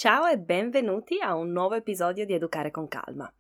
Ciao e benvenuti a un nuovo episodio di Educare con Calma.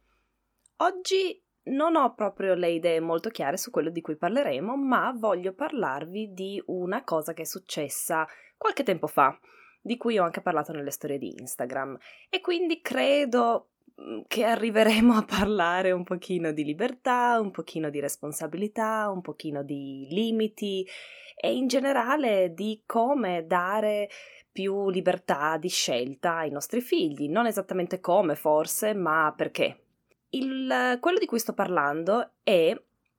Oggi non ho proprio le idee molto chiare su quello di cui parleremo, ma voglio parlarvi di una cosa che è successa qualche tempo fa, di cui ho anche parlato nelle storie di Instagram, e quindi credo che arriveremo a parlare un pochino di libertà, un pochino di responsabilità, un pochino di limiti e in generale di come dare più libertà di scelta ai nostri figli, non esattamente come forse, ma perché. Quello di cui sto parlando è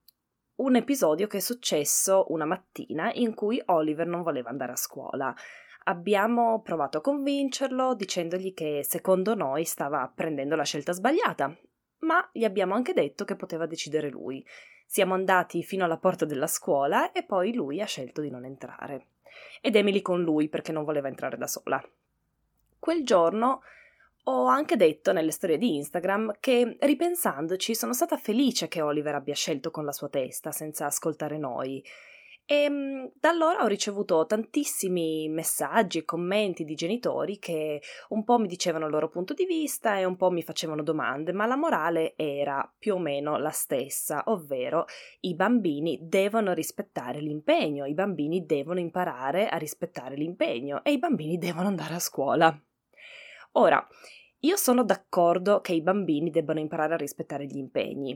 un episodio che è successo una mattina in cui Oliver non voleva andare a scuola. Abbiamo provato a convincerlo dicendogli che secondo noi stava prendendo la scelta sbagliata, ma gli abbiamo anche detto che poteva decidere lui. Siamo andati fino alla porta della scuola e poi lui ha scelto di non entrare. Ed Emily con lui perché non voleva entrare da sola. Quel giorno ho anche detto nelle storie di Instagram che, ripensandoci, sono stata felice che Oliver abbia scelto con la sua testa, senza ascoltare noi. E da allora ho ricevuto tantissimi messaggi e commenti di genitori che un po' mi dicevano il loro punto di vista e un po' mi facevano domande, ma la morale era più o meno la stessa, ovvero i bambini devono rispettare l'impegno, i bambini devono imparare a rispettare l'impegno e i bambini devono andare a scuola. Ora, io sono d'accordo che i bambini debbano imparare a rispettare gli impegni.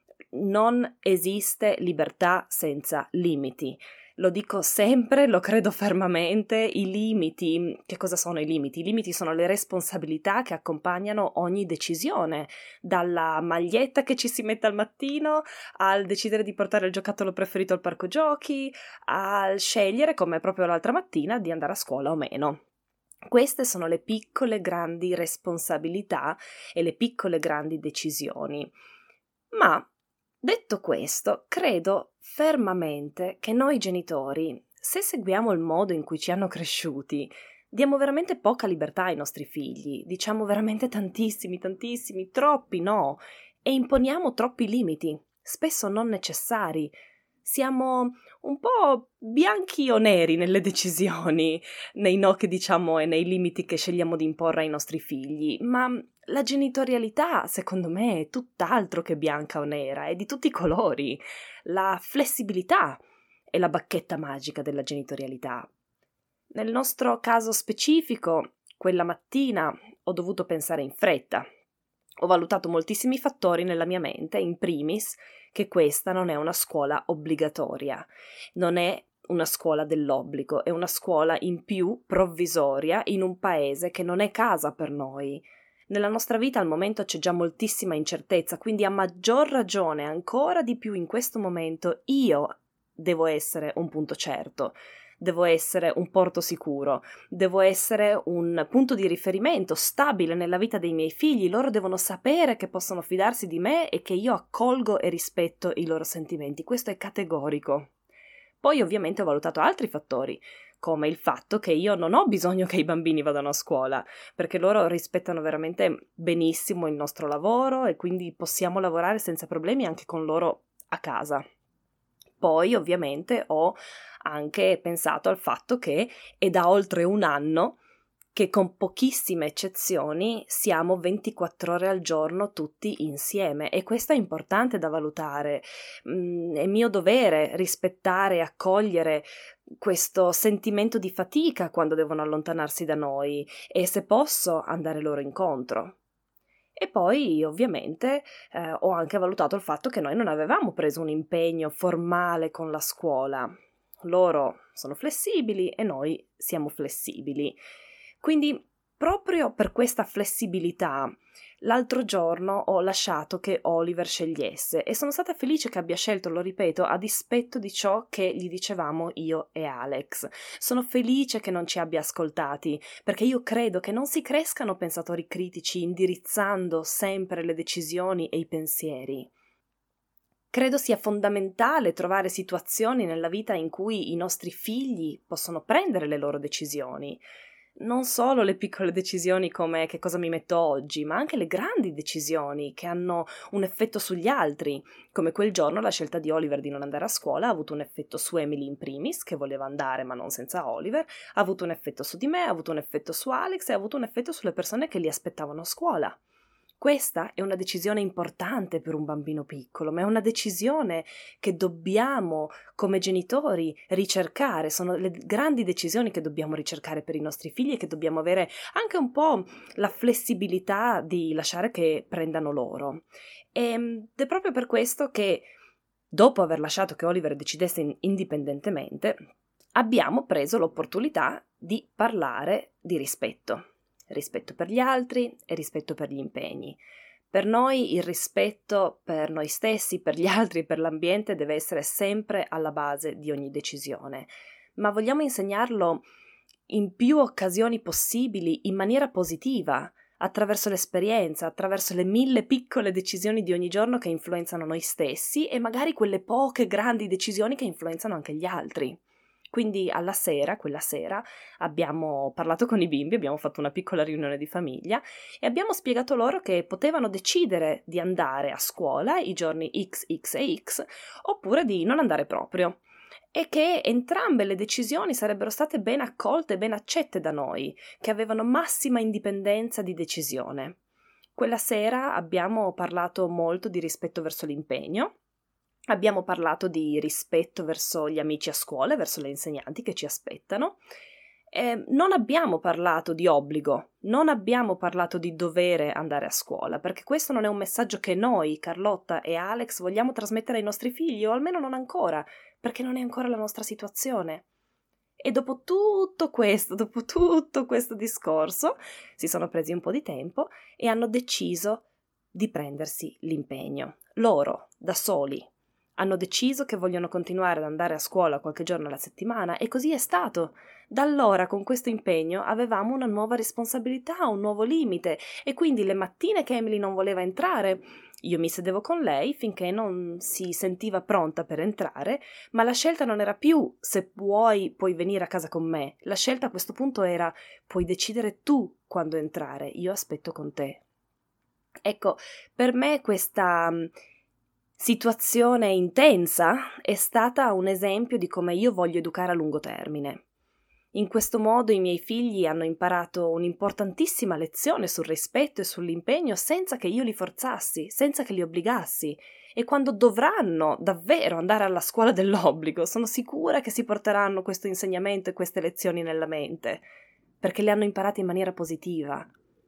Non esiste libertà senza limiti. Lo dico sempre, lo credo fermamente, i limiti. Che cosa sono i limiti? I limiti sono le responsabilità che accompagnano ogni decisione, dalla maglietta che ci si mette al mattino, al decidere di portare il giocattolo preferito al parco giochi, al scegliere, come proprio l'altra mattina, di andare a scuola o meno. Queste sono le piccole grandi responsabilità e le piccole grandi decisioni. Ma, detto questo, credo fermamente che noi genitori, se seguiamo il modo in cui ci hanno cresciuti, diamo veramente poca libertà ai nostri figli, diciamo veramente tantissimi, troppi no, e imponiamo troppi limiti, spesso non necessari. Siamo un po' bianchi o neri nelle decisioni, nei no che diciamo e nei limiti che scegliamo di imporre ai nostri figli, ma la genitorialità, secondo me, è tutt'altro che bianca o nera, è di tutti i colori. La flessibilità è la bacchetta magica della genitorialità. Nel nostro caso specifico, quella mattina ho dovuto pensare in fretta. Ho valutato moltissimi fattori nella mia mente, in primis che questa non è una scuola obbligatoria, non è una scuola dell'obbligo, è una scuola in più provvisoria in un paese che non è casa per noi. Nella nostra vita al momento c'è già moltissima incertezza, quindi a maggior ragione, ancora di più in questo momento, io devo essere un punto certo, devo essere un porto sicuro, devo essere un punto di riferimento stabile nella vita dei miei figli, loro devono sapere che possono fidarsi di me e che io accolgo e rispetto i loro sentimenti, questo è categorico. Poi ovviamente ho valutato altri fattori, come il fatto che io non ho bisogno che i bambini vadano a scuola, perché loro rispettano veramente benissimo il nostro lavoro e quindi possiamo lavorare senza problemi anche con loro a casa. Poi ovviamente ho anche pensato al fatto che è da oltre un anno che con pochissime eccezioni siamo 24 ore al giorno tutti insieme e questo è importante da valutare. È mio dovere rispettare e accogliere questo sentimento di fatica quando devono allontanarsi da noi e se posso andare loro incontro. E poi ovviamente ho anche valutato il fatto che noi non avevamo preso un impegno formale con la scuola. Loro sono flessibili e noi siamo flessibili. Quindi proprio per questa flessibilità l'altro giorno ho lasciato che Oliver scegliesse e sono stata felice che abbia scelto, lo ripeto, a dispetto di ciò che gli dicevamo io e Alex. Sono felice che non ci abbia ascoltati, perché io credo che non si crescano pensatori critici indirizzando sempre le decisioni e i pensieri. Credo sia fondamentale trovare situazioni nella vita in cui i nostri figli possono prendere le loro decisioni. non solo le piccole decisioni come che cosa mi metto oggi, ma anche le grandi decisioni che hanno un effetto sugli altri, come quel giorno la scelta di Oliver di non andare a scuola ha avuto un effetto su Emily in primis, che voleva andare ma non senza Oliver, ha avuto un effetto su di me, ha avuto un effetto su Alex e ha avuto un effetto sulle persone che li aspettavano a scuola. Questa è una decisione importante per un bambino piccolo, ma è una decisione che dobbiamo, come genitori, ricercare. Sono le grandi decisioni che dobbiamo ricercare per i nostri figli e che dobbiamo avere anche un po' la flessibilità di lasciare che prendano loro. Ed è proprio per questo che, dopo aver lasciato che Oliver decidesse indipendentemente, abbiamo preso l'opportunità di parlare di rispetto. Rispetto per gli altri e rispetto per gli impegni. Per noi il rispetto per noi stessi, per gli altri e per l'ambiente deve essere sempre alla base di ogni decisione, ma vogliamo insegnarlo in più occasioni possibili, in maniera positiva, attraverso l'esperienza, attraverso le 1000 piccole decisioni di ogni giorno che influenzano noi stessi e magari quelle poche grandi decisioni che influenzano anche gli altri. Quindi quella sera, abbiamo parlato con i bimbi, abbiamo fatto una piccola riunione di famiglia e abbiamo spiegato loro che potevano decidere di andare a scuola i giorni X, X e X oppure di non andare proprio e che entrambe le decisioni sarebbero state ben accolte e ben accette da noi, che avevano massima indipendenza di decisione. Quella sera abbiamo parlato molto di rispetto verso l'impegno. Abbiamo parlato di rispetto verso gli amici a scuola, verso le insegnanti che ci aspettano. Non abbiamo parlato di obbligo, non abbiamo parlato di dovere andare a scuola, perché questo non è un messaggio che noi, Carlotta e Alex, vogliamo trasmettere ai nostri figli, o almeno non ancora, perché non è ancora la nostra situazione. E dopo tutto questo discorso, si sono presi un po' di tempo e hanno deciso di prendersi l'impegno. Loro, da soli, hanno deciso che vogliono continuare ad andare a scuola qualche giorno alla settimana e così è stato. Da allora, con questo impegno, avevamo una nuova responsabilità, un nuovo limite e quindi le mattine che Emily non voleva entrare, io mi sedevo con lei finché non si sentiva pronta per entrare, ma la scelta non era più se puoi venire a casa con me. La scelta a questo punto era puoi decidere tu quando entrare, io aspetto con te. Ecco, per me questa situazione intensa è stata un esempio di come io voglio educare a lungo termine. In questo modo i miei figli hanno imparato un'importantissima lezione sul rispetto e sull'impegno senza che io li forzassi, senza che li obbligassi. E quando dovranno davvero andare alla scuola dell'obbligo, sono sicura che si porteranno questo insegnamento e queste lezioni nella mente, perché le hanno imparate in maniera positiva.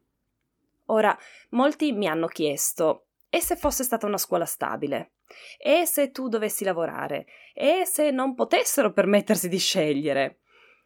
Ora, molti mi hanno chiesto: e se fosse stata una scuola stabile? E se tu dovessi lavorare? E se non potessero permettersi di scegliere?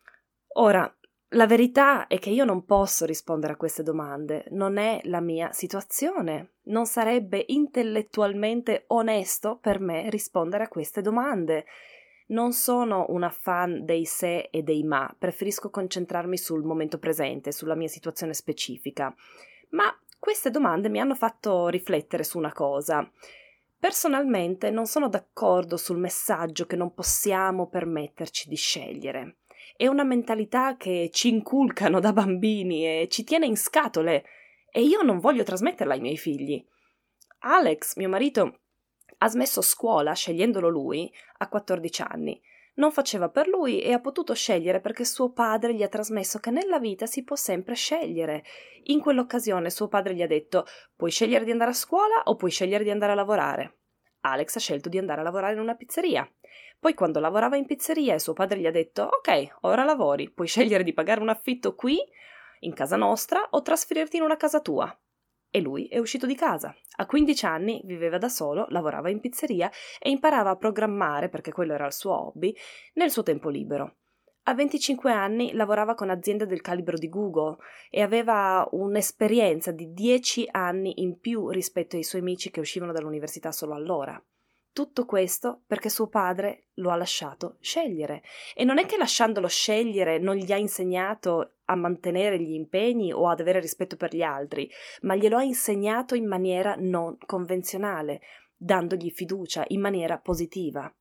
Ora, la verità è che io non posso rispondere a queste domande, non è la mia situazione. Non sarebbe intellettualmente onesto per me rispondere a queste domande. Non sono una fan dei se e dei ma, preferisco concentrarmi sul momento presente, sulla mia situazione specifica. Ma queste domande mi hanno fatto riflettere su una cosa. Personalmente non sono d'accordo sul messaggio che non possiamo permetterci di scegliere. È una mentalità che ci inculcano da bambini e ci tiene in scatole e io non voglio trasmetterla ai miei figli. Alex, mio marito, ha smesso scuola, scegliendolo lui, a 14 anni. Non faceva per lui e ha potuto scegliere perché suo padre gli ha trasmesso che nella vita si può sempre scegliere. In quell'occasione suo padre gli ha detto: puoi scegliere di andare a scuola o puoi scegliere di andare a lavorare. Alex ha scelto di andare a lavorare in una pizzeria. Poi quando lavorava in pizzeria suo padre gli ha detto: ok, ora lavori, puoi scegliere di pagare un affitto qui, in casa nostra, o trasferirti in una casa tua. E lui è uscito di casa. A 15 anni viveva da solo, lavorava in pizzeria e imparava a programmare, perché quello era il suo hobby, nel suo tempo libero. A 25 anni lavorava con aziende del calibro di Google e aveva un'esperienza di 10 anni in più rispetto ai suoi amici che uscivano dall'università solo allora. Tutto questo perché suo padre lo ha lasciato scegliere. E non è che lasciandolo scegliere non gli ha insegnato a mantenere gli impegni o ad avere rispetto per gli altri, ma glielo ha insegnato in maniera non convenzionale, dandogli fiducia, in maniera positiva.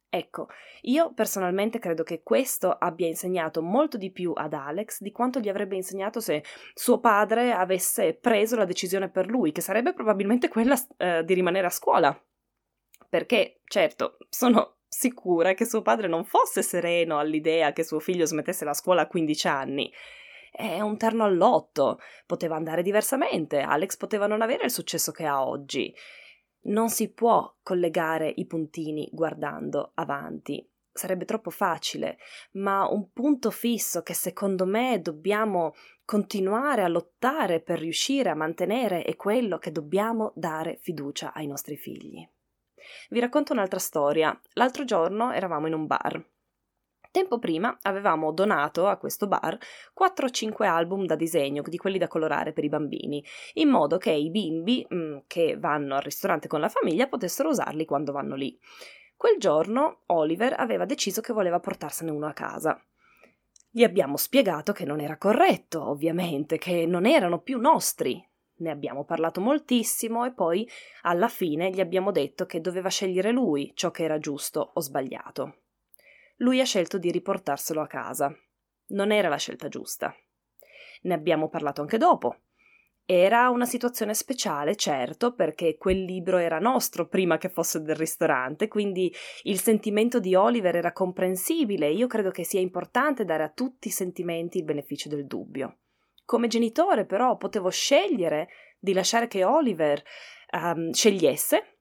Ecco, io personalmente credo che questo abbia insegnato molto di più ad Alex di quanto gli avrebbe insegnato se suo padre avesse preso la decisione per lui, che sarebbe probabilmente quella di rimanere a scuola. Perché, certo, sono sicura che suo padre non fosse sereno all'idea che suo figlio smettesse la scuola a 15 anni. È un terno al lotto, poteva andare diversamente, Alex poteva non avere il successo che ha oggi. Non si può collegare i puntini guardando avanti. Sarebbe troppo facile, ma un punto fisso che secondo me dobbiamo continuare a lottare per riuscire a mantenere è quello che dobbiamo dare fiducia ai nostri figli. Vi racconto un'altra storia. L'altro giorno eravamo in un bar. Tempo prima avevamo donato a questo bar 4-5 album da disegno, di quelli da colorare per i bambini, in modo che i bimbi che vanno al ristorante con la famiglia potessero usarli quando vanno lì. Quel giorno Oliver aveva deciso che voleva portarsene uno a casa. Gli abbiamo spiegato che non era corretto, ovviamente, che non erano più nostri. Ne abbiamo parlato moltissimo e poi alla fine gli abbiamo detto che doveva scegliere lui ciò che era giusto o sbagliato. Lui ha scelto di riportarselo a casa. Non era la scelta giusta. Ne abbiamo parlato anche dopo. Era una situazione speciale, certo, perché quel libro era nostro prima che fosse del ristorante, quindi il sentimento di Oliver era comprensibile. Io credo che sia importante dare a tutti i sentimenti il beneficio del dubbio. Come genitore, però, potevo scegliere di lasciare che Oliver scegliesse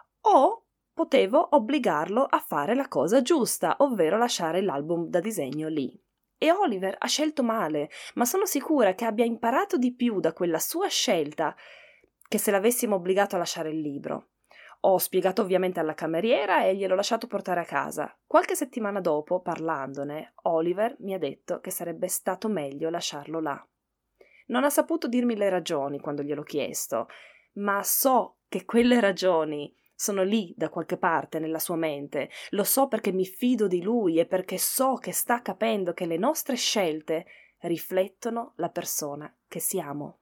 o potevo obbligarlo a fare la cosa giusta, ovvero lasciare l'album da disegno lì. E Oliver ha scelto male, ma sono sicura che abbia imparato di più da quella sua scelta che se l'avessimo obbligato a lasciare il libro. Ho spiegato ovviamente alla cameriera e gliel'ho lasciato portare a casa. Qualche settimana dopo, parlandone, Oliver mi ha detto che sarebbe stato meglio lasciarlo là. Non ha saputo dirmi le ragioni quando gliel'ho chiesto, ma so che quelle ragioni sono lì da qualche parte nella sua mente. Lo so perché mi fido di lui e perché so che sta capendo che le nostre scelte riflettono la persona che siamo.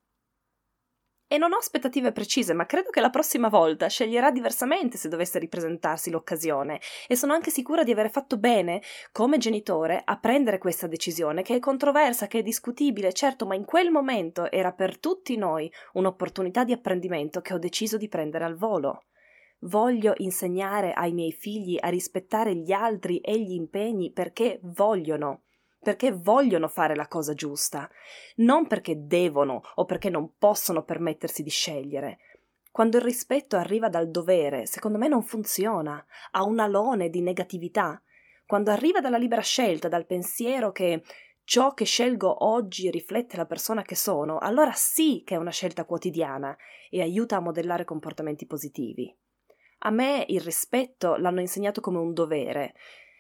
E non ho aspettative precise, ma credo che la prossima volta sceglierà diversamente se dovesse ripresentarsi l'occasione, e sono anche sicura di aver fatto bene, come genitore, a prendere questa decisione, che è controversa, che è discutibile, certo, ma in quel momento era per tutti noi un'opportunità di apprendimento che ho deciso di prendere al volo. Voglio insegnare ai miei figli a rispettare gli altri e gli impegni perché vogliono fare la cosa giusta, non perché devono o perché non possono permettersi di scegliere. Quando il rispetto arriva dal dovere, secondo me non funziona, ha un alone di negatività. Quando arriva dalla libera scelta, dal pensiero che ciò che scelgo oggi riflette la persona che sono, allora sì che è una scelta quotidiana e aiuta a modellare comportamenti positivi. A me il rispetto l'hanno insegnato come un dovere.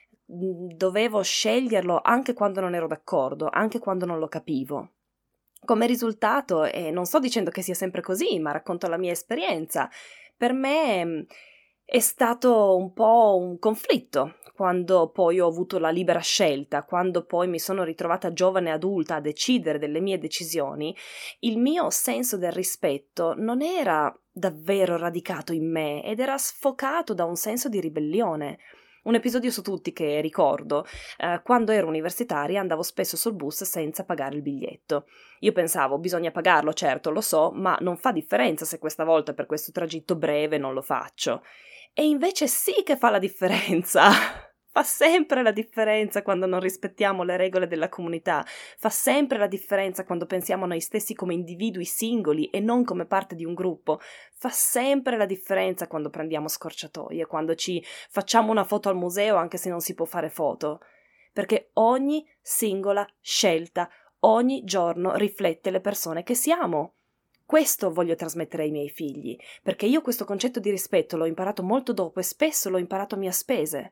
Dovevo sceglierlo anche quando non ero d'accordo, anche quando non lo capivo. Come risultato, e non sto dicendo che sia sempre così, ma racconto la mia esperienza, per me è stato un po' un conflitto quando poi ho avuto la libera scelta, quando poi mi sono ritrovata giovane adulta a decidere delle mie decisioni. Il mio senso del rispetto non era davvero radicato in me ed era sfocato da un senso di ribellione. Un episodio su tutti che ricordo, quando ero universitaria andavo spesso sul bus senza pagare il biglietto. Io pensavo, bisogna pagarlo, certo, lo so, ma non fa differenza se questa volta per questo tragitto breve non lo faccio. E invece sì che fa la differenza! Fa sempre la differenza quando non rispettiamo le regole della comunità, fa sempre la differenza quando pensiamo a noi stessi come individui singoli e non come parte di un gruppo, fa sempre la differenza quando prendiamo scorciatoie, quando ci facciamo una foto al museo anche se non si può fare foto, perché ogni singola scelta, ogni giorno riflette le persone che siamo. Questo voglio trasmettere ai miei figli, perché io questo concetto di rispetto l'ho imparato molto dopo e spesso l'ho imparato a mie spese.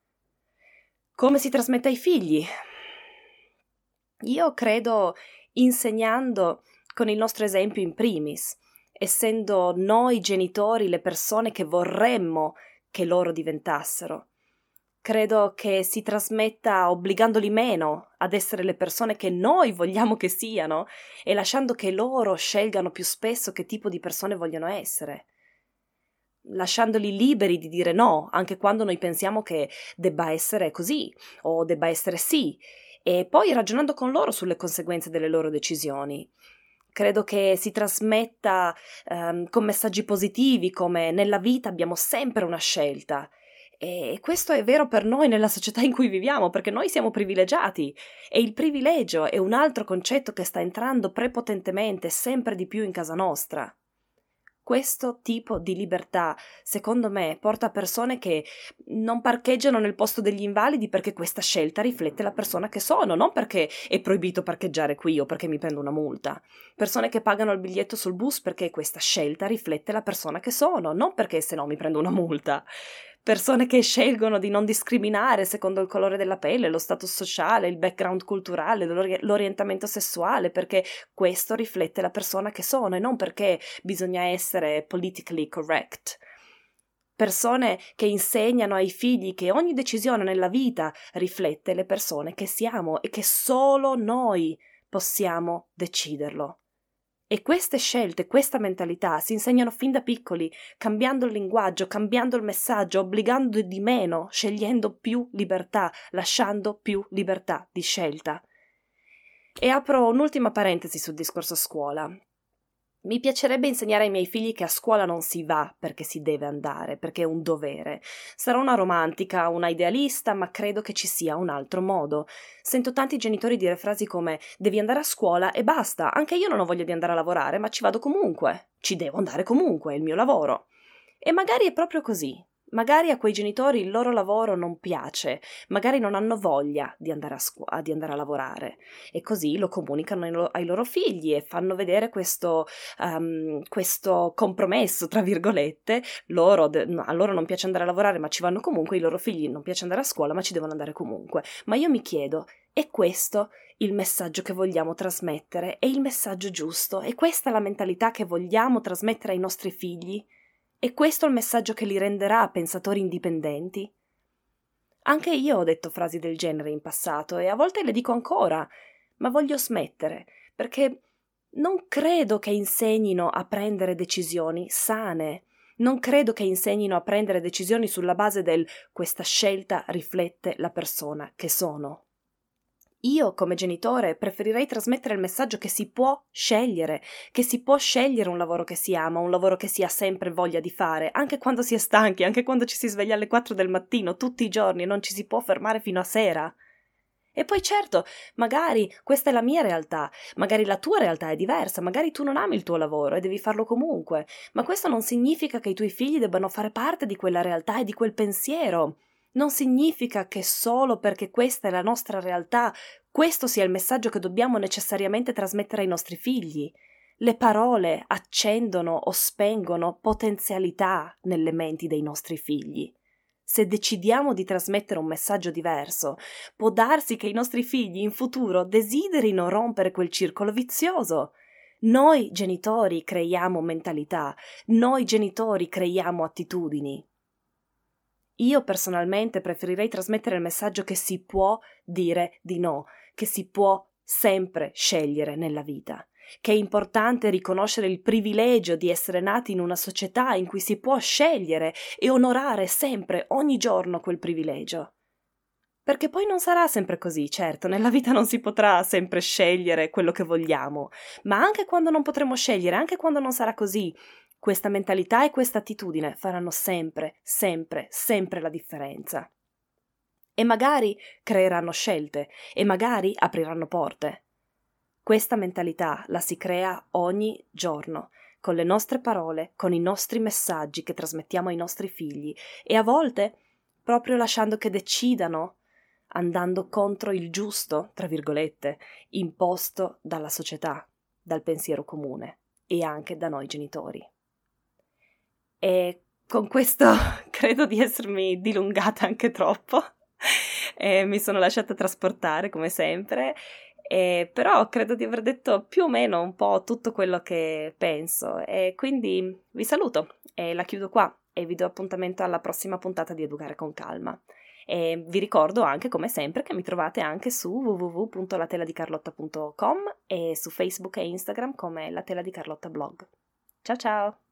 Come si trasmette ai figli? Io credo insegnando con il nostro esempio in primis, essendo noi genitori le persone che vorremmo che loro diventassero. Credo che si trasmetta obbligandoli meno ad essere le persone che noi vogliamo che siano e lasciando che loro scelgano più spesso che tipo di persone vogliono essere. lasciandoli liberi di dire no, anche quando noi pensiamo che debba essere così o debba essere sì, e poi ragionando con loro sulle conseguenze delle loro decisioni. Credo che si trasmetta con messaggi positivi, come nella vita abbiamo sempre una scelta. E questo è vero per noi nella società in cui viviamo, perché noi siamo privilegiati e il privilegio è un altro concetto che sta entrando prepotentemente sempre di più in casa nostra. Questo tipo di libertà, secondo me, porta persone che non parcheggiano nel posto degli invalidi perché questa scelta riflette la persona che sono, non perché è proibito parcheggiare qui o perché mi prendo una multa. Persone che pagano il biglietto sul bus perché questa scelta riflette la persona che sono, non perché se no mi prendo una multa. Persone che scelgono di non discriminare secondo il colore della pelle, lo status sociale, il background culturale, l'orientamento sessuale, perché questo riflette la persona che sono e non perché bisogna essere politically correct. Persone che insegnano ai figli che ogni decisione nella vita riflette le persone che siamo e che solo noi possiamo deciderlo. E queste scelte, questa mentalità si insegnano fin da piccoli, cambiando il linguaggio, cambiando il messaggio, obbligando di meno, scegliendo più libertà, lasciando più libertà di scelta. E apro un'ultima parentesi sul discorso scuola. Mi piacerebbe insegnare ai miei figli che a scuola non si va perché si deve andare, perché è un dovere. Sarò una romantica, una idealista, ma credo che ci sia un altro modo. Sento tanti genitori dire frasi come «devi andare a scuola e basta, anche io non ho voglia di andare a lavorare, ma ci vado comunque, ci devo andare comunque, è il mio lavoro». E magari è proprio così. Magari a quei genitori il loro lavoro non piace, magari non hanno voglia di andare di andare a lavorare e così lo comunicano ai loro figli e fanno vedere questo compromesso, tra virgolette, a loro non piace andare a lavorare ma ci vanno comunque, ai loro figli non piace andare a scuola ma ci devono andare comunque. Ma io mi chiedo, è questo il messaggio che vogliamo trasmettere? È il messaggio giusto? È questa la mentalità che vogliamo trasmettere ai nostri figli? È questo il messaggio che li renderà pensatori indipendenti? Anche io ho detto frasi del genere in passato e a volte le dico ancora, ma voglio smettere, perché non credo che insegnino a prendere decisioni sane. Non credo che insegnino a prendere decisioni sulla base del questa scelta riflette la persona che sono. Io, come genitore, preferirei trasmettere il messaggio che si può scegliere un lavoro che si ama, un lavoro che si ha sempre voglia di fare, anche quando si è stanchi, anche quando ci si sveglia alle 4 del mattino, tutti i giorni, e non ci si può fermare fino a sera. E poi certo, magari questa è la mia realtà, magari la tua realtà è diversa, magari tu non ami il tuo lavoro e devi farlo comunque, ma questo non significa che i tuoi figli debbano fare parte di quella realtà e di quel pensiero. Non significa che solo perché questa è la nostra realtà, questo sia il messaggio che dobbiamo necessariamente trasmettere ai nostri figli. Le parole accendono o spengono potenzialità nelle menti dei nostri figli. Se decidiamo di trasmettere un messaggio diverso, può darsi che i nostri figli in futuro desiderino rompere quel circolo vizioso. Noi genitori creiamo mentalità, noi genitori creiamo attitudini. Io personalmente preferirei trasmettere il messaggio che si può dire di no, che si può sempre scegliere nella vita, che è importante riconoscere il privilegio di essere nati in una società in cui si può scegliere e onorare sempre, ogni giorno quel privilegio. Perché poi non sarà sempre così, certo, nella vita non si potrà sempre scegliere quello che vogliamo, ma anche quando non potremo scegliere, anche quando non sarà così, questa mentalità e questa attitudine faranno sempre, sempre, sempre la differenza. E magari creeranno scelte, e magari apriranno porte. Questa mentalità la si crea ogni giorno, con le nostre parole, con i nostri messaggi che trasmettiamo ai nostri figli, e a volte proprio lasciando che decidano, andando contro il giusto, tra virgolette, imposto dalla società, dal pensiero comune e anche da noi genitori. E con questo credo di essermi dilungata anche troppo e mi sono lasciata trasportare come sempre, però credo di aver detto più o meno un po' tutto quello che penso e quindi vi saluto e la chiudo qua e vi do appuntamento alla prossima puntata di Educare con Calma. E vi ricordo anche, come sempre, che mi trovate anche su www.lateladicarlotta.com e su Facebook e Instagram come La Tela di Carlotta Blog. Ciao ciao!